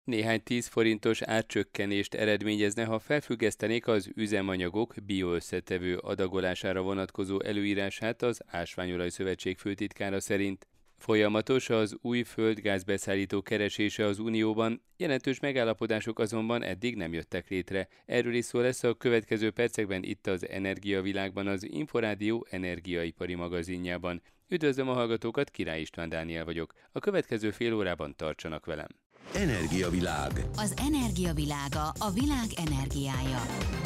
Néhány 10 forintos árcsökkenést eredményezne, ha felfüggesztenék az üzemanyagok bioösszetevő adagolására vonatkozó előírását az Ásványolaj Szövetség főtitkára szerint. Folyamatos az új földgázbeszállító keresése az Unióban, jelentős megállapodások azonban eddig nem jöttek létre. Erről is szó lesz a következő percekben itt az Energiavilágban, az Inforádió energiaipari magazinjában. Üdvözlöm a hallgatókat, Király István Dániel vagyok. A következő fél órában tartsanak velem. Energiavilág. Az energiavilága, a világ energiája.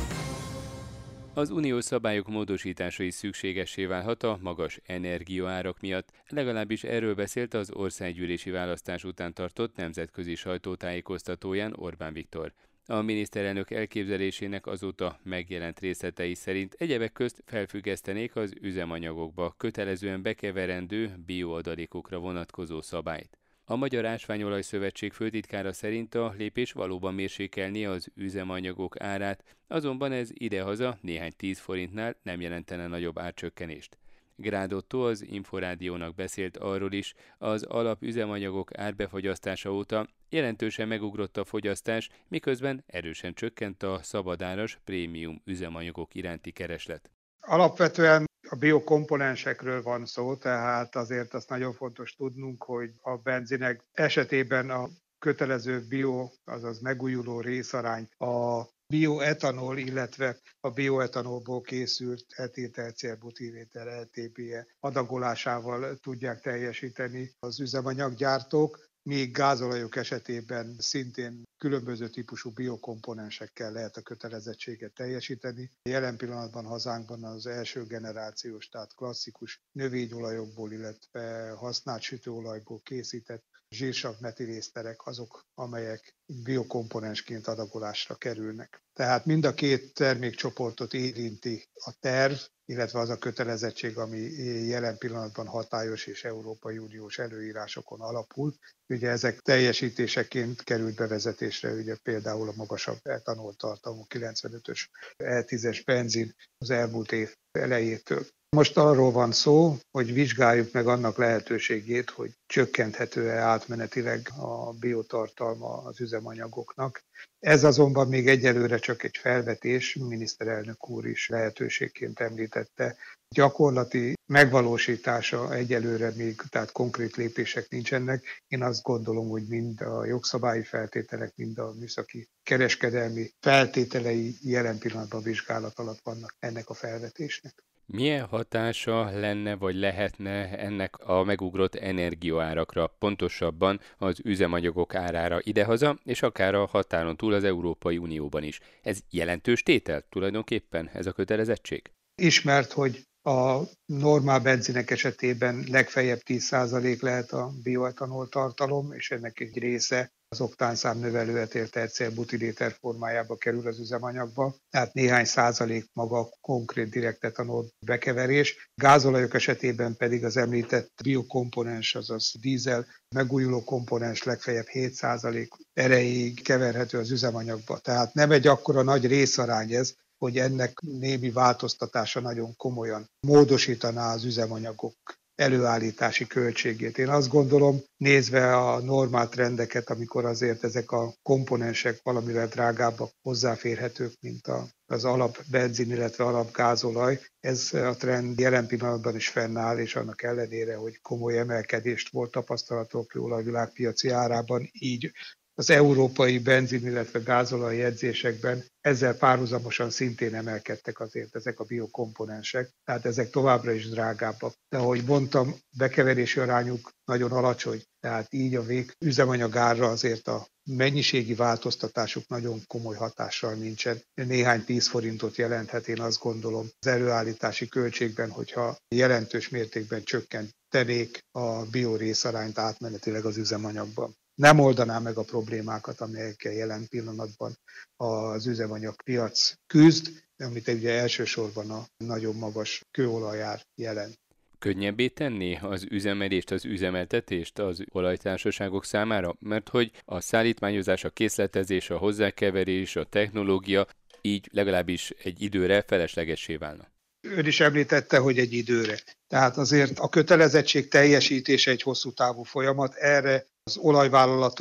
Az uniós szabályok módosítása is szükségessé válhat a magas energiaárak miatt. Legalábbis erről beszélt az országgyűlési választás után tartott nemzetközi sajtótájékoztatóján Orbán Viktor. A miniszterelnök elképzelésének azóta megjelent részletei szerint egyebek közt felfüggesztenék az üzemanyagokba kötelezően bekeverendő bioadalékokra vonatkozó szabályt. A Magyar Ásványolaj Szövetség főtitkára szerint a lépés valóban mérsékelni az üzemanyagok árát, azonban ez idehaza néhány 10 forintnál nem jelentene nagyobb árcsökkenést. Grád Ottó az Inforádiónak beszélt arról is, az alapüzemanyagok árbefagyasztása óta jelentősen megugrott a fogyasztás, miközben erősen csökkent a szabadáras prémium üzemanyagok iránti kereslet. Alapvetően a biokomponensekről van szó, tehát azért azt nagyon fontos tudnunk, hogy a benzinek esetében a kötelező azaz megújuló részarány a bioetanol, illetve a bioetanolból készült etilterciárbutíréter LTBE adagolásával tudják teljesíteni az üzemanyaggyártók, míg gázolajok esetében szintén különböző típusú biokomponensekkel lehet a kötelezettséget teljesíteni. Jelen pillanatban hazánkban az első generációs, tehát klasszikus növényolajokból, illetve használt sütőolajból készített zsírsav metilészterek azok, amelyek biokomponensként adagolásra kerülnek. Tehát mind a két termékcsoportot érinti a terv, illetve az a kötelezettség, ami jelen pillanatban hatályos és Európai Uniós előírásokon alapul. Ugye ezek teljesítéseként került bevezetésre ugye például a magasabb etanoltartalmú 95-ös E10-es benzin az elmúlt év elejétől. Most arról van szó, hogy vizsgáljuk meg annak lehetőségét, hogy csökkenthető-e átmenetileg a biotartalma az üzemanyagoknak. Ez azonban még egyelőre csak egy felvetés, miniszterelnök úr is lehetőségként említette. Gyakorlati megvalósítása egyelőre még, tehát konkrét lépések nincsenek. Én azt gondolom, hogy mind a jogszabályi feltételek, mind a műszaki kereskedelmi feltételei jelen pillanatban vizsgálat alatt vannak ennek a felvetésnek. Milyen hatása lenne vagy lehetne ennek a megugrott energiaárakra, pontosabban az üzemanyagok árára idehaza, és akár a határon túl az Európai Unióban is? Ez jelentős tétel tulajdonképpen, ez a kötelezettség? Ismert, hogy a normál benzinek esetében legfeljebb 10% lehet a bioetanol tartalom, és ennek egy része az oktánszám növelő etilterciárbutiléter formájába kerül az üzemanyagba, tehát néhány százalék maga a konkrét direkt etanol bekeverés. Gázolajok esetében pedig az említett biokomponens, azaz dízel megújuló komponens legfeljebb 7% erejéig keverhető az üzemanyagba. Tehát nem egy akkora nagy részarány ez, hogy ennek némi változtatása nagyon komolyan módosítaná az üzemanyagok előállítási költségét. Én azt gondolom, nézve a normál trendeket, amikor azért ezek a komponensek valamivel drágábbak, hozzáférhetők, mint az alapbenzin, illetve alapgázolaj, ez a trend jelen pillanatban is fennáll, és annak ellenére, hogy komoly emelkedést volt tapasztalatok a világpiaci árában, így az európai benzin, illetve gázolaj jegyzésekben ezzel párhuzamosan szintén emelkedtek azért ezek a biokomponensek, tehát ezek továbbra is drágábbak. De ahogy mondtam, bekeverési arányuk nagyon alacsony, tehát így a üzemanyagárra azért a mennyiségi változtatásuk nagyon komoly hatással nincsen. Néhány 10 forintot jelenthet, én azt gondolom, az előállítási költségben, hogyha jelentős mértékben csökkentenék a biorészarányt átmenetileg az üzemanyagban. Nem oldaná meg a problémákat, amelyekkel jelen pillanatban az üzemanyagpiac küzd, amit ugye elsősorban a nagyon magas kőolajár jelent. Könnyebbé tenni az üzemelést, az üzemeltetést az olajtársaságok számára? Mert hogy a szállítmányozás, a készletezés, a hozzákeverés, a technológia így legalábbis egy időre feleslegessé válna. Ön is említette, hogy egy időre. Tehát azért a kötelezettség teljesítése egy hosszú távú folyamat, erre az olajvállalatok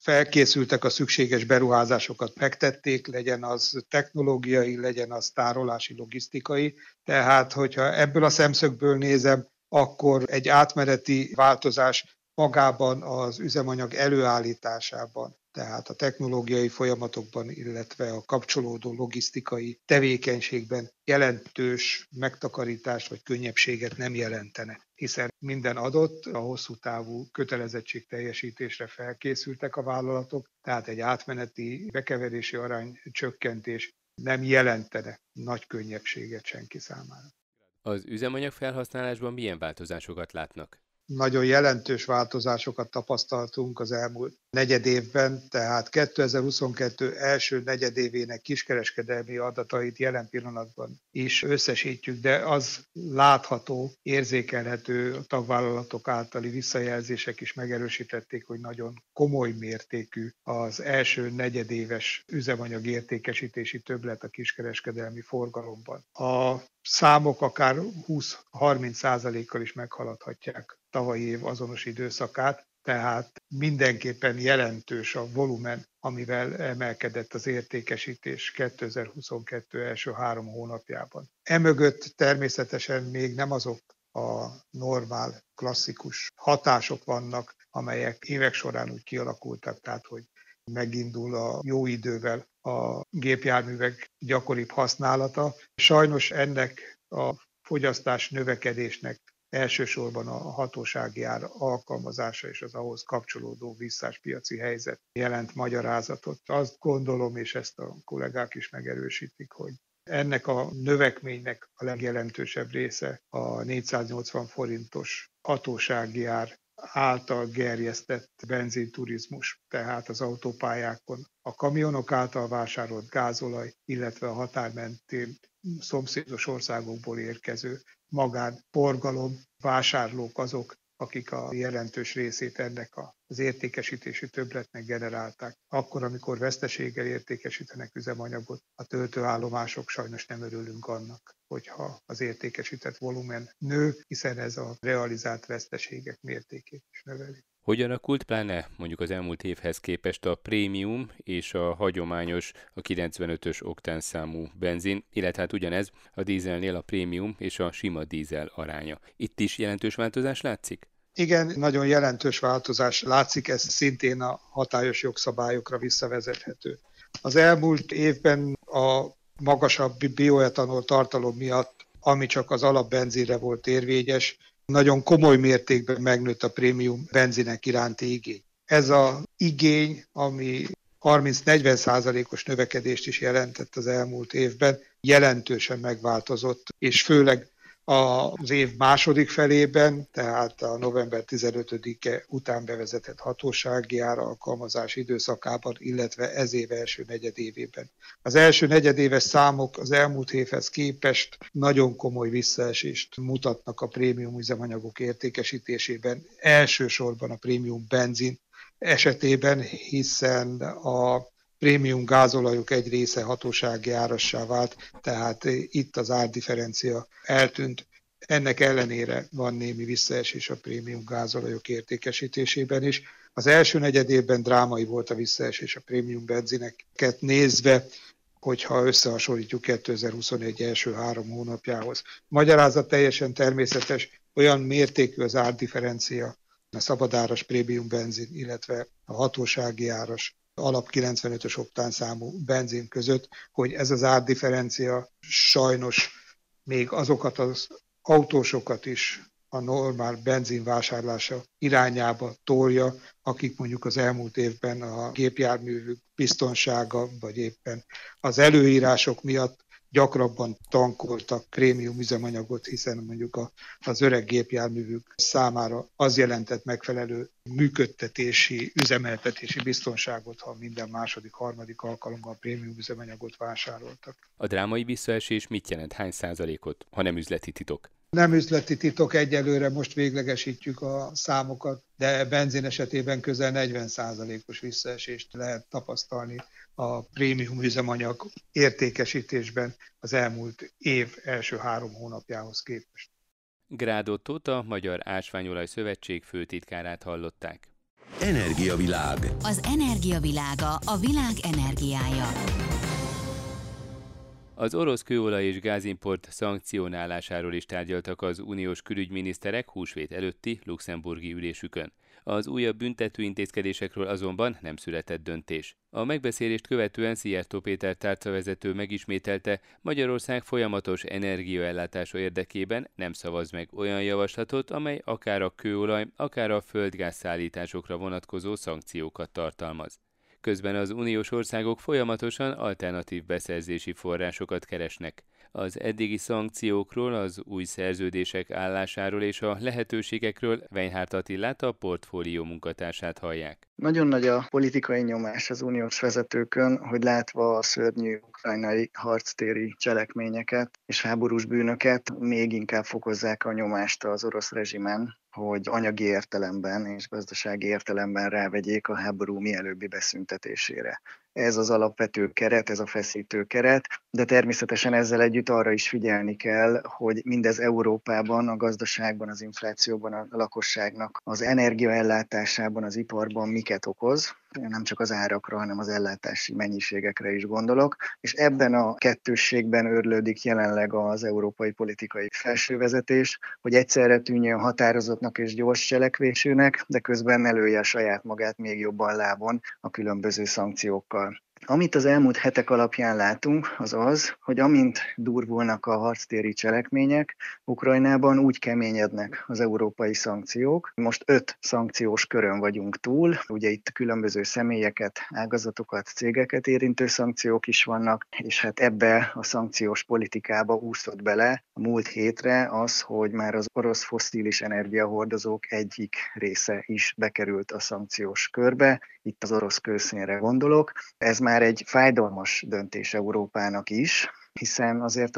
felkészültek, a szükséges beruházásokat megtették, legyen az technológiai, legyen az tárolási, logisztikai. Tehát, hogyha ebből a szemszögből nézem, akkor egy átmeneti változás magában az üzemanyag előállításában, tehát a technológiai folyamatokban, illetve a kapcsolódó logisztikai tevékenységben jelentős megtakarítást vagy könnyebbséget nem jelentene, hiszen minden adott, a hosszú távú kötelezettségteljesítésre felkészültek a vállalatok, tehát egy átmeneti bekeverési arány csökkentés nem jelentene nagy könnyebbséget senki számára. Az üzemanyag felhasználásban milyen változásokat látnak? Nagyon jelentős változásokat tapasztaltunk az elmúlt negyedévben, tehát 2022 első negyedévének kiskereskedelmi adatait jelen pillanatban is összesítjük, de az látható, érzékelhető, a tagvállalatok általi visszajelzések is megerősítették, hogy nagyon komoly mértékű az első negyedéves üzemanyag értékesítési többlet a kiskereskedelmi forgalomban. A számok akár 20-30%-kal is meghaladhatják tavalyi év azonos időszakát, tehát mindenképpen jelentős a volumen, amivel emelkedett az értékesítés 2022 első 3 hónapjában. Emögött természetesen még nem azok a normál, klasszikus hatások vannak, amelyek évek során úgy kialakultak, tehát hogy megindul a jó idővel a gépjárművek gyakoribb használata. Sajnos ennek a fogyasztás növekedésnek elsősorban a hatósági ár alkalmazása és az ahhoz kapcsolódó visszáspiaci helyzet jelent magyarázatot. Azt gondolom, és ezt a kollégák is megerősítik, hogy ennek a növekménynek a legjelentősebb része a 480 forintos hatósági ár által gerjesztett benzinturizmus, tehát az autópályákon a kamionok által vásárolt gázolaj, illetve a határ mentén szomszédos országokból érkező magánforgalom, vásárlók azok, akik a jelentős részét ennek az értékesítési többletnek generálták. Akkor, amikor veszteséggel értékesítenek üzemanyagot, a töltőállomások sajnos nem örülünk annak, hogyha az értékesített volumen nő, hiszen ez a realizált veszteségek mértékét is növeli. Hogy alakult pláne mondjuk az elmúlt évhez képest a prémium és a hagyományos, a 95-ös oktánszámú benzin, illetve hát ugyanez a dízelnél a prémium és a sima dízel aránya. Itt is jelentős változás látszik? Igen, nagyon jelentős változás látszik, ez szintén a hatályos jogszabályokra visszavezethető. Az elmúlt évben a magasabb bioetanol tartalom miatt, ami csak az alapbenzinre volt érvényes, nagyon komoly mértékben megnőtt a prémium benzinek iránti igény. Ez az igény, ami 30-40%-os növekedést is jelentett az elmúlt évben, jelentősen megváltozott, és főleg az év második felében, tehát a november 15-e után bevezetett hatósági ár alkalmazás időszakában, illetve ez év első negyedévében. Az első negyedéves számok az elmúlt évhez képest nagyon komoly visszaesést mutatnak a prémium üzemanyagok értékesítésében, elsősorban a prémium benzin esetében, hiszen a prémium gázolajok egy része hatósági árassá vált, tehát itt az árdifferencia eltűnt. Ennek ellenére van némi visszaesés a prémium gázolajok értékesítésében is. Az első negyedévben drámai volt a visszaesés a prémium benzineket nézve, hogyha összehasonlítjuk 2021 első 3 hónapjához. Magyarázat teljesen természetes, olyan mértékű az árdifferencia a szabadáras prémium benzin, illetve a hatósági áras alap 95-ös oktánszámú benzin között, hogy ez az árdifferencia sajnos még azokat az autósokat is a normál benzin vásárlása irányába tolja, akik mondjuk az elmúlt évben a gépjárművük biztonsága, vagy éppen az előírások miatt gyakrabban tankoltak prémium üzemanyagot, hiszen mondjuk az öreg gépjárművük számára az jelentett megfelelő működtetési, üzemeltetési biztonságot, ha minden második, harmadik alkalommal prémium üzemanyagot vásároltak. A drámai visszaesés mit jelent? Hány százalékot, ha nem üzleti titok? Nem üzleti titok, egyelőre most véglegesítjük a számokat, de benzin esetében közel 40%-os visszaesést lehet tapasztalni a prémium üzemanyag értékesítésben az elmúlt év első 3 hónapjához képest. Grád Ottót, a Magyar Ásványolaj Szövetség főtitkárát hallották. Energiavilág. Az energiavilága, a világ energiája. Az orosz kőolaj és gázimport szankcionálásáról is tárgyaltak az uniós külügyminiszterek húsvét előtti luxemburgi ülésükön. Az újabb büntető intézkedésekről azonban nem született döntés. A megbeszélést követően Szijjártó Péter tárcavezető megismételte, Magyarország folyamatos energiaellátása érdekében nem szavaz meg olyan javaslatot, amely akár a kőolaj, akár a földgáz szállításokra vonatkozó szankciókat tartalmaz. Közben az uniós országok folyamatosan alternatív beszerzési forrásokat keresnek. Az eddigi szankciókról, az új szerződések állásáról és a lehetőségekről Weinhardt Attilát, a portfólió munkatársát hallják. Nagyon nagy a politikai nyomás az uniós vezetőkön, hogy látva a szörnyű ukrajnai harctéri cselekményeket és háborús bűnöket még inkább fokozzák a nyomást az orosz rezsimen, hogy anyagi értelemben és gazdasági értelemben rávegyék a háború mielőbbi beszüntetésére. Ez az alapvető keret, ez a feszítő keret, de természetesen ezzel együtt arra is figyelni kell, hogy mindez Európában, a gazdaságban, az inflációban, a lakosságnak az energiaellátásában, az iparban miket okoz. Nem csak az árakra, hanem az ellátási mennyiségekre is gondolok, és ebben a kettősségben őrlődik jelenleg az európai politikai felsővezetés, hogy egyszerre tűnjön határozottnak és gyors cselekvésűnek, de közben elője saját magát még jobban lábon a különböző szankciókkal. Amit az elmúlt hetek alapján látunk, az az, hogy amint durvulnak a harctéri cselekmények, Ukrajnában úgy keményednek az európai szankciók. Most 5 szankciós körön vagyunk túl, ugye itt különböző személyeket, ágazatokat, cégeket érintő szankciók is vannak, és hát ebbe a szankciós politikába úszott bele a múlt hétre az, hogy már az orosz fosszilis energiahordozók egyik része is bekerült a szankciós körbe, itt az orosz kőszénre gondolok. Ez már egy fájdalmas döntés Európának is, hiszen azért a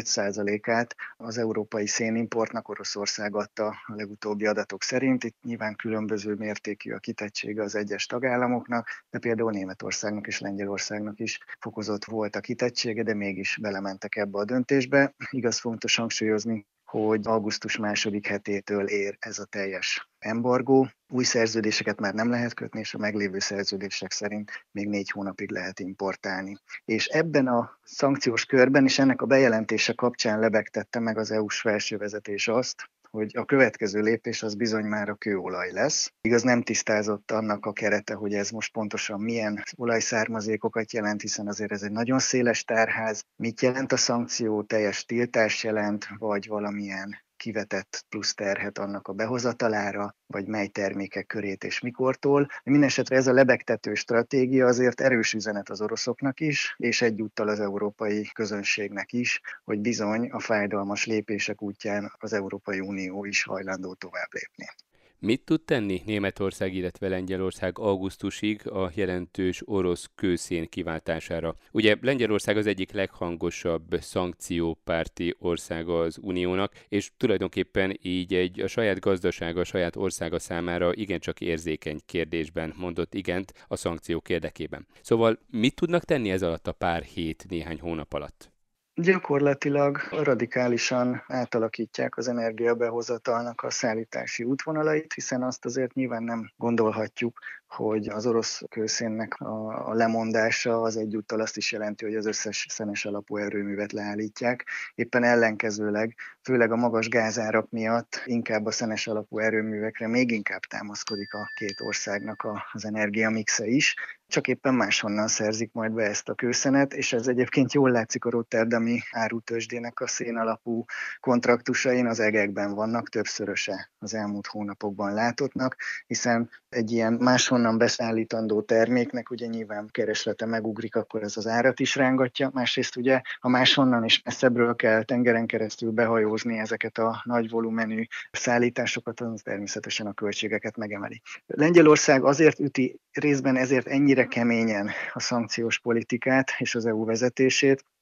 25%-át az európai szénimportnak Oroszország adta a legutóbbi adatok szerint. Itt nyilván különböző mértékű a kitettsége az egyes tagállamoknak, de például Németországnak és Lengyelországnak is fokozott volt a kitettsége, de mégis belementek ebbe a döntésbe. Igaz, fontos hangsúlyozni, hogy augusztus második hetétől ér ez a teljes embargó. Új szerződéseket már nem lehet kötni, és a meglévő szerződések szerint még 4 hónapig lehet importálni. És ebben a szankciós körben és ennek a bejelentése kapcsán lebegtette meg az EU-s felsővezetés azt, hogy a következő lépés az bizony már a kőolaj lesz. Igaz, nem tisztázott annak a kerete, hogy ez most pontosan milyen olajszármazékokat jelent, hiszen azért ez egy nagyon széles tárház. Mit jelent a szankció? Teljes tiltás jelent, vagy valamilyen kivetett plusz terhet annak a behozatalára, vagy mely termékek körét és mikortól. Mindenesetre ez a lebegtető stratégia azért erős üzenet az oroszoknak is, és egyúttal az európai közönségnek is, hogy bizony a fájdalmas lépések útján az Európai Unió is hajlandó tovább lépni. Mit tud tenni Németország, illetve Lengyelország augusztusig a jelentős orosz kőszén kiváltására? Ugye Lengyelország az egyik leghangosabb szankciópárti országa az Uniónak, és tulajdonképpen így a saját gazdasága, a saját országa számára igencsak érzékeny kérdésben mondott igent a szankciók érdekében. Szóval mit tudnak tenni ez alatt a pár hét, néhány hónap alatt? Gyakorlatilag radikálisan átalakítják az energiabehozatalnak a szállítási útvonalait, hiszen azt azért nyilván nem gondolhatjuk, hogy az orosz kőszénnek a lemondása az egyúttal azt is jelenti, hogy az összes szenes alapú erőművet leállítják. Éppen ellenkezőleg, főleg a magas gázárak miatt inkább a szenes alapú erőművekre még inkább támaszkodik a két országnak az energiamixe is, csak éppen máshonnan szerzik majd be ezt a kőszenet, és ez egyébként jól látszik a rotterdami árutőzsdének a szén alapú kontraktusain, az egekben vannak, többszöröse az elmúlt hónapokban látottnak, hiszen egy ilyen máshonnan beszállítandó terméknek ugye nyilván kereslete megugrik, akkor ez az árat is rángatja, másrészt ugye, ha máshonnan és messzebbről kell tengeren keresztül behajózni ezeket a nagy volumenű szállításokat, az természetesen a költségeket megemeli. Lengyelország azért üti részben ezért ennyire keményen a szankciós politikát és az EU vezetését,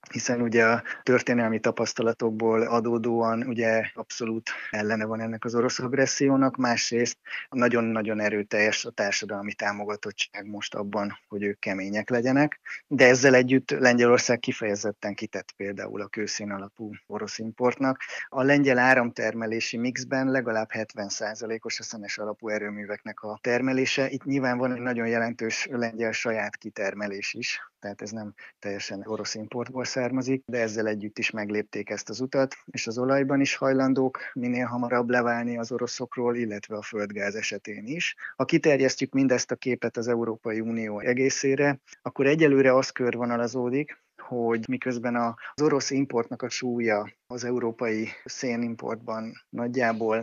hiszen ugye a történelmi tapasztalatokból adódóan ugye abszolút ellene van ennek az orosz agressziónak, másrészt nagyon-nagyon erőteljes a társadalmi támogatottság most abban, hogy ők kemények legyenek, de ezzel együtt Lengyelország kifejezetten kitett például a kőszén alapú orosz importnak. A lengyel áramtermelési mixben legalább 70%-os a szenes alapú erőműveknek a termelése. Itt nyilván van egy nagyon jelentős lengyel saját kitermelés is, tehát ez nem teljesen orosz importból származik, de ezzel együtt is meglépték ezt az utat, és az olajban is hajlandók minél hamarabb leválni az oroszokról, illetve a földgáz esetén is. Ha kiterjesztjük mindezt a képet az Európai Unió egészére, akkor egyelőre az körvonalazódik, hogy miközben az orosz importnak a súlya az európai szénimportban nagyjából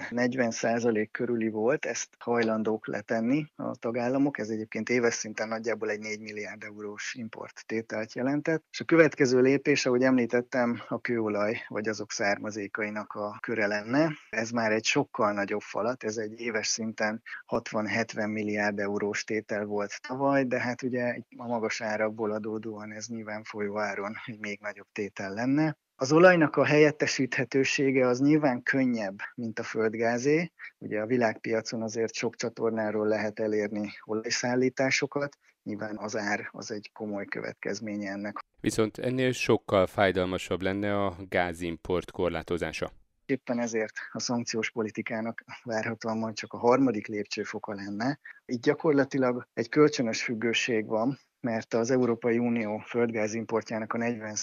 40% körüli volt, ezt hajlandók letenni a tagállamok, ez egyébként éves szinten nagyjából egy 4 milliárd eurós importtételt jelentett, és a következő lépés, ahogy említettem, a kőolaj vagy azok származékainak a köre lenne. Ez már egy sokkal nagyobb falat, ez egy éves szinten 60-70 milliárd eurós tétel volt tavaly, de hát ugye a magas árakból adódóan ez nyilván folyóáron egy még nagyobb tétel lenne. Az olajnak a helyettesíthetősége az nyilván könnyebb, mint a földgázé. Ugye a világpiacon azért sok csatornáról lehet elérni olajszállításokat, nyilván az ár az egy komoly következménye ennek. Viszont ennél sokkal fájdalmasabb lenne a gázimport korlátozása. Éppen ezért a szankciós politikának várhatóan majd csak a harmadik lépcsőfoka lenne. Így gyakorlatilag egy kölcsönös függőség van, mert az Európai Unió földgázimportjának a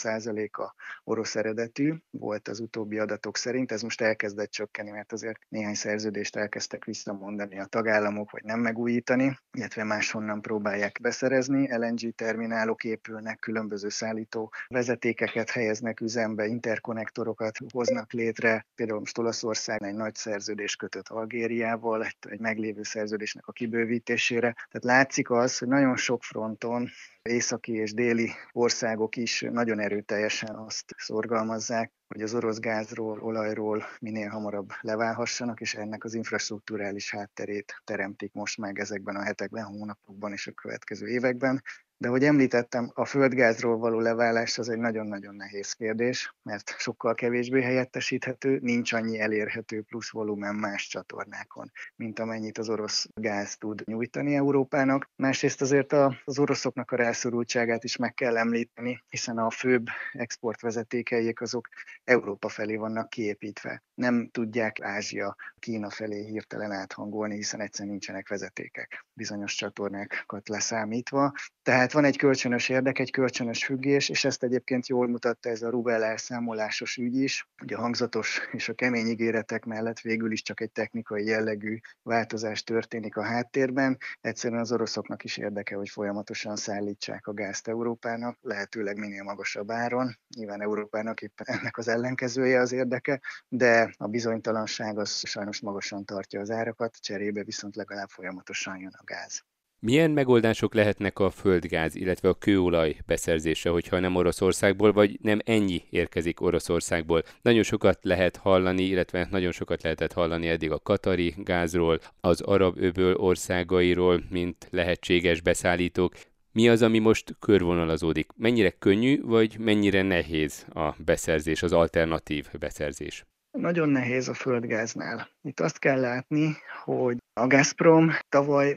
40%-a orosz eredetű, volt az utóbbi adatok szerint, ez most elkezdett csökkenni, mert azért néhány szerződést elkezdtek visszamondani a tagállamok, vagy nem megújítani, illetve máshonnan próbálják beszerezni, LNG terminálok épülnek, különböző szállító vezetékeket helyeznek üzembe, interkonnektorokat hoznak létre, például most Olaszország egy nagy szerződést kötött Algériával, egy meglévő szerződésnek a kibővítésére, tehát látszik az, hogy nagyon sok fronton északi és déli országok is nagyon erőteljesen azt szorgalmazzák, hogy az orosz gázról, olajról minél hamarabb leválhassanak, és ennek az infrastrukturális hátterét teremtik most meg ezekben a hetekben, hónapokban és a következő években. De ahogy említettem, a földgázról való leválás az egy nagyon-nagyon nehéz kérdés, mert sokkal kevésbé helyettesíthető, nincs annyi elérhető plusz volumen más csatornákon, mint amennyit az orosz gáz tud nyújtani Európának. Másrészt azért az oroszoknak a rászorultságát is meg kell említeni, hiszen a főbb exportvezetékeik azok Európa felé vannak kiépítve. Nem tudják Ázsia, Kína felé hirtelen áthangolni, hiszen egyszerűen nincsenek vezetékek, bizonyos csatornákat leszámítva. Tehát van egy kölcsönös érdek, egy kölcsönös függés, és ezt egyébként jól mutatta ez a rubel elszámolásos ügy is. Ugye a hangzatos és a kemény ígéretek mellett végül is csak egy technikai jellegű változás történik a háttérben. Egyszerűen az oroszoknak is érdeke, hogy folyamatosan szállítsák a gázt Európának, lehetőleg minél magasabb áron. Nyilván Európának éppen ennek az ellenkezője az érdeke, de a bizonytalanság az sajnos magasan tartja az árakat, cserébe viszont legalább folyamatosan jön a gáz. Milyen megoldások lehetnek a földgáz, illetve a kőolaj beszerzése, hogyha nem Oroszországból, vagy nem ennyi érkezik Oroszországból? Nagyon sokat lehet hallani, illetve nagyon sokat lehetett hallani eddig a katari gázról, az arab-öböl országairól, mint lehetséges beszállítók. Mi az, ami most körvonalazódik? Mennyire könnyű, vagy mennyire nehéz a beszerzés, az alternatív beszerzés? Nagyon nehéz a földgáznál. Itt azt kell látni, hogy a Gazprom tavaly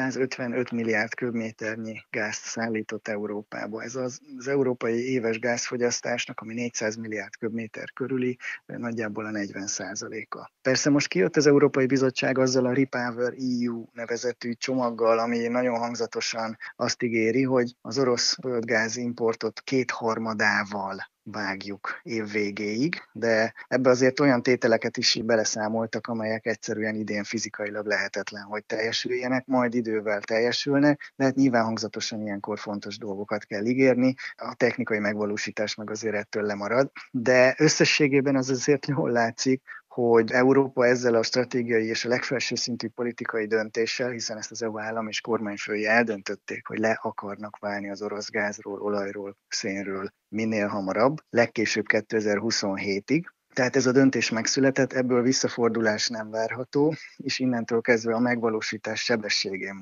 155 milliárd köbméternyi gázt szállított Európába. Ez az európai éves gázfogyasztásnak, ami 400 milliárd köbméter körüli, nagyjából a 40%-a. Persze most kijött az Európai Bizottság azzal a Repower EU nevezetű csomaggal, ami nagyon hangzatosan azt ígéri, hogy az orosz földgáz importot 2/3 vágjuk év végéig, de ebbe azért olyan tételeket is beleszámoltak, amelyek egyszerűen idén fizikailag lehetetlen, hogy teljesüljenek, majd idővel teljesülnek, de hát nyilván hangzatosan ilyenkor fontos dolgokat kell ígérni, a technikai megvalósítás meg azért ettől lemarad, de összességében az azért jól látszik, hogy Európa ezzel a stratégiai és a legfelső szintű politikai döntéssel, hiszen ezt az EU állam és kormányfői eldöntötték, hogy le akarnak válni az orosz gázról, olajról, szénről minél hamarabb, legkésőbb 2027-ig. Tehát ez a döntés megszületett, ebből visszafordulás nem várható, és innentől kezdve a megvalósítás sebességén múlik,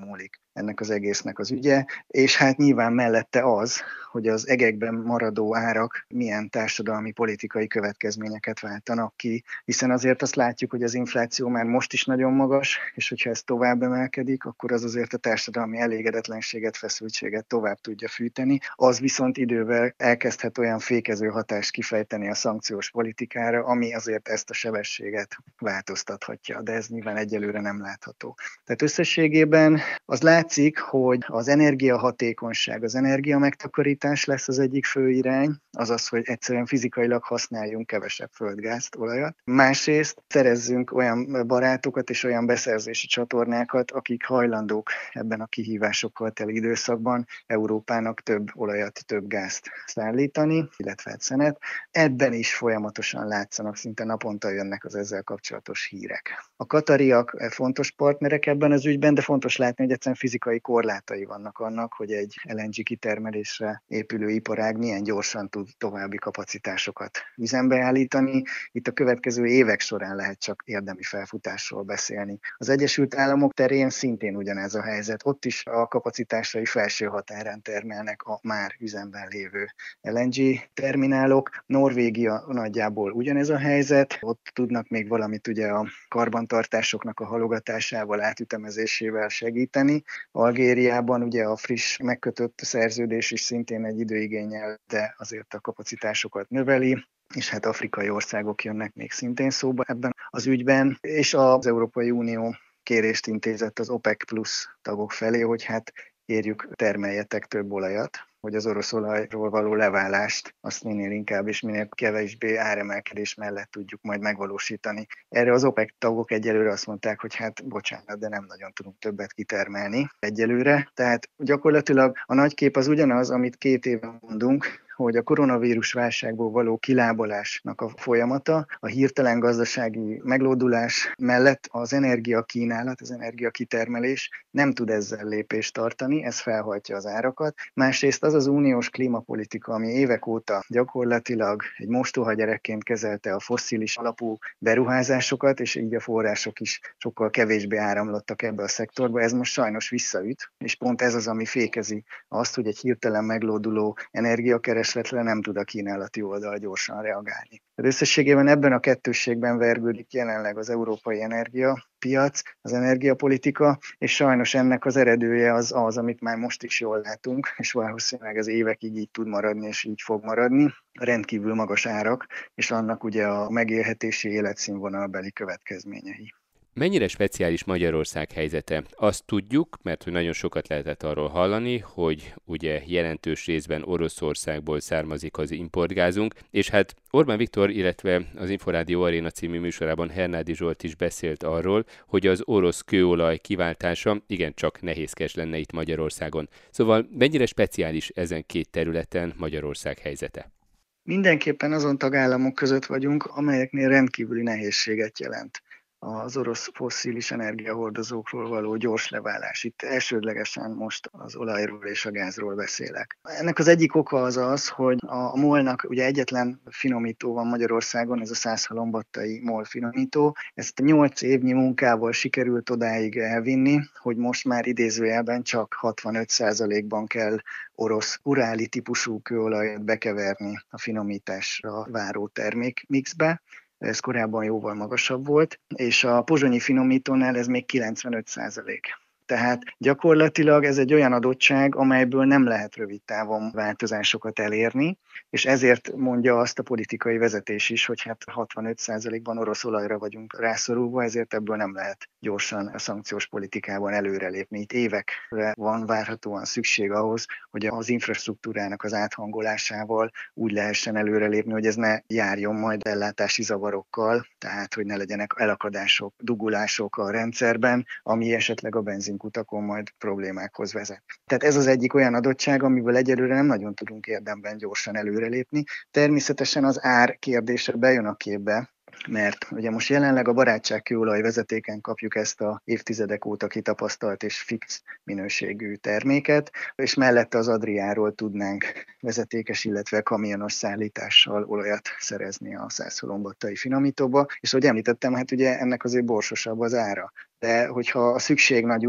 ennek az egésznek az ügye, és hát nyilván mellette az, hogy az egekben maradó árak milyen társadalmi, politikai következményeket váltanak ki, hiszen azért azt látjuk, hogy az infláció már most is nagyon magas, és hogyha ez tovább emelkedik, akkor az azért a társadalmi elégedetlenséget, feszültséget tovább tudja fűteni. Az viszont idővel elkezdhet olyan fékező hatást kifejteni a szankciós politikára, ami azért ezt a sebességet változtathatja, de ez nyilván egyelőre nem látható. Tehát összességében az látszik, hogy az energiahatékonyság, az energiamegtakarítás lesz az egyik fő irány, azaz, hogy egyszerűen fizikailag használjunk kevesebb földgázt, olajat. Másrészt szerezzünk olyan barátokat és olyan beszerzési csatornákat, akik hajlandók ebben a kihívásokkal teli időszakban Európának több olajat, több gázt szállítani, illetve szenet. Ebben is folyamatosan látszanak, szinte naponta jönnek az ezzel kapcsolatos hírek. A katariak fontos partnerek ebben az ügyben, de fontos látni, hogy egyszerűen fizikai korlátai vannak annak, hogy egy LNG kitermelésre épülő iparág milyen gyorsan tud további kapacitásokat üzembe állítani. Itt a következő évek során lehet csak érdemi felfutásról beszélni. Az Egyesült Államok terén szintén ugyanez a helyzet. Ott is a kapacitásai felső határán termelnek a már üzemben lévő LNG terminálok. Norvégia nagyjából ugyanez a helyzet. Ott tudnak még valamit ugye a karbantartásoknak a halogatásával, átütemezésével segíteni. Algériában ugye a friss megkötött szerződés is szintén egy időigénnyel, de azért a kapacitásokat növeli, és hát afrikai országok jönnek még szintén szóba ebben az ügyben, és az Európai Unió kérést intézett az OPEC Plus tagok felé, hogy hát kérjük, termeljetek több olajat, hogy az orosz olajról való leválást azt minél inkább és minél kevésbé áremelkedés mellett tudjuk majd megvalósítani. Erre az OPEC tagok egyelőre azt mondták, hogy hát bocsánat, de nem nagyon tudunk többet kitermelni egyelőre. Tehát gyakorlatilag a nagy kép az ugyanaz, amit 2 éve mondunk, hogy a koronavírus válságból való kilábalásnak a folyamata, a hirtelen gazdasági meglódulás mellett az energiakínálat, az energiakitermelés nem tud ezzel lépést tartani, ez felhajtja az árakat. Másrészt az az uniós klímapolitika, ami évek óta gyakorlatilag egy mostoha gyerekként kezelte a fosszilis alapú beruházásokat, és így a források is sokkal kevésbé áramlottak ebbe a szektorba, ez most sajnos visszaüt, és pont ez az, ami fékezi azt, hogy egy hirtelen meglóduló energiakereslet nem tud a kínálati oldal gyorsan reagálni. Összességében ebben a kettősségben vergődik jelenleg az európai energiapiac, az energiapolitika, és sajnos ennek az eredője az, amit már most is jól látunk, és valószínűleg az évekig így tud maradni, és így fog maradni. Rendkívül magas árak, és annak ugye a megélhetési életszínvonalbeli következményei. Mennyire speciális Magyarország helyzete? Azt tudjuk, mert hogy nagyon sokat lehetett arról hallani, hogy ugye jelentős részben Oroszországból származik az importgázunk, és hát Orbán Viktor, illetve az Inforádió Aréna című műsorában Hernádi Zsolt is beszélt arról, hogy az orosz kőolaj kiváltása igencsak nehézkes lenne itt Magyarországon. Szóval mennyire speciális ezen 2 területen Magyarország helyzete? Mindenképpen azon tagállamok között vagyunk, amelyeknél rendkívüli nehézséget jelent az orosz fosszilis energiahordozókról való gyors leválás. Itt elsődlegesen most az olajról és a gázról beszélek. Ennek az egyik oka az, hogy a MOL-nak ugye egyetlen finomító van Magyarországon, ez a Szászhalombattai MOL finomító. Ezt 8 évnyi munkával sikerült odáig elvinni, hogy most már idézőjelben csak 65%-ban kell orosz uráli típusú kőolajat bekeverni a finomításra váró termékmixbe. Ez korábban jóval magasabb volt, és a pozsonyi finomítónál ez még 95%. Tehát gyakorlatilag ez egy olyan adottság, amelyből nem lehet rövid távon változásokat elérni, és ezért mondja azt a politikai vezetés is, hogy hát 65%-ban orosz olajra vagyunk rászorulva, ezért ebből nem lehet gyorsan a szankciós politikában előrelépni. Itt évekre van várhatóan szükség ahhoz, hogy az infrastruktúrának az áthangolásával úgy lehessen előrelépni, hogy ez ne járjon majd ellátási zavarokkal, tehát hogy ne legyenek elakadások, dugulások a rendszerben, ami esetleg a benzinkutakon majd problémákhoz vezet. Tehát ez az egyik olyan adottság, amiből egyelőre nem nagyon tudunk érdemben gyorsan előrelépni. Természetesen az ár kérdése bejön a képbe, mert ugye most jelenleg a barátságkőolaj vezetéken kapjuk ezt a évtizedek óta kitapasztalt és fix minőségű terméket, és mellette az Adriáról tudnánk vezetékes, illetve kamionos szállítással olajat szerezni a Szászhalombattai finomítóba, és ahogy említettem, hát ugye ennek azért borsosabb az ára. De hogyha a szükség nagy úr,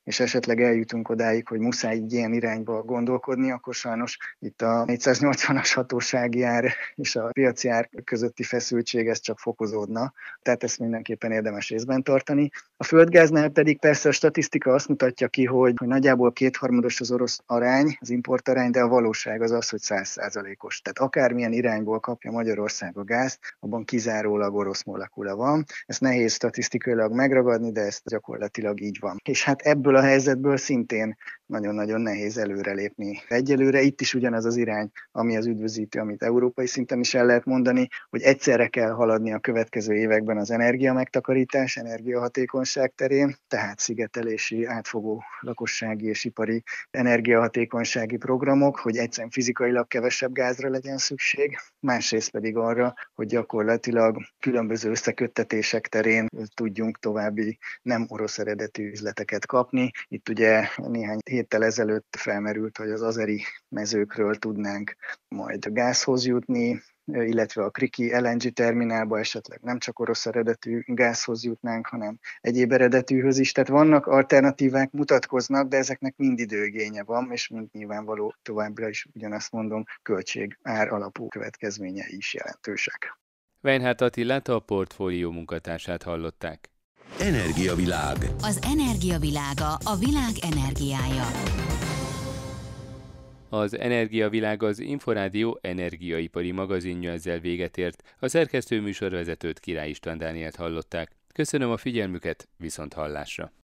és esetleg eljutunk odáig, hogy muszáj egy ilyen irányba gondolkodni, akkor sajnos itt a 480-as hatósági ár és a piaci ár közötti feszültség ez csak fokozódna, tehát ezt mindenképpen érdemes észben tartani. A földgáznál pedig persze a statisztika azt mutatja ki, hogy nagyjából 2/3 az orosz arány, az importarány, de a valóság az, hogy 100%-os. Tehát akármilyen irányból kapja Magyarország a gázt, abban kizárólag orosz molekula van. Ezt nehéz statisztikailag megragadni, de ez gyakorlatilag így van. És hát ebből a helyzetből szintén nagyon-nagyon nehéz előrelépni. Egyelőre itt is ugyanaz az irány, ami az üdvözítő, amit európai szinten is el lehet mondani, hogy egyszerre kell haladni a következő években az energiamegtakarítás, energiahatékonyság terén, tehát szigetelési, átfogó lakossági és ipari energiahatékonysági programok, hogy egyszerűen fizikailag kevesebb gázra legyen szükség, másrészt pedig arra, hogy gyakorlatilag különböző összeköttetések terén tudjunk további nem orosz eredetű üzleteket kapni. Itt ugye néhány héttel ezelőtt felmerült, hogy az azeri mezőkről tudnánk majd gázhoz jutni, illetve a Kriki LNG terminálba esetleg nem csak orosz eredetű gázhoz jutnánk, hanem egyéb eredetűhöz is. Tehát vannak alternatívák, mutatkoznak, de ezeknek mind időigénye van, és mind nyilvánvaló továbbra is ugyanazt mondom, költség-ár alapú következményei is jelentősek. Weinhardt Attilát, a Portfólió munkatársát hallották. Energiavilág. Az energiavilága, a világ energiája. Az Energiavilág az Inforádió energiaipari magazinja ezzel véget ért. A szerkesztő műsorvezetőt, Király István Dánielt hallották. Köszönöm a figyelmüket, viszont hallásra!